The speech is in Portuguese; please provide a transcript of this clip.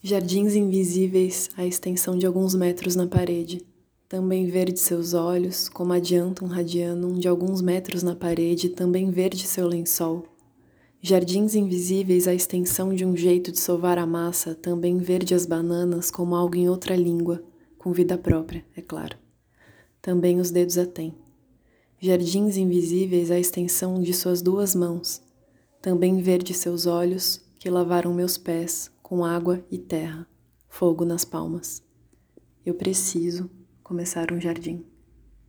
Jardins invisíveis à extensão de alguns metros na parede. Também verde seus olhos, como adianta um radianum de alguns metros na parede, também verde seu lençol. Jardins invisíveis à extensão de um jeito de sovar a massa, também verde as bananas como algo em outra língua, com vida própria, é claro. Também os dedos a têm. Jardins invisíveis à extensão de suas duas mãos, também verde seus olhos, que lavaram meus pés com água e terra, fogo nas palmas. Eu preciso começar um jardim.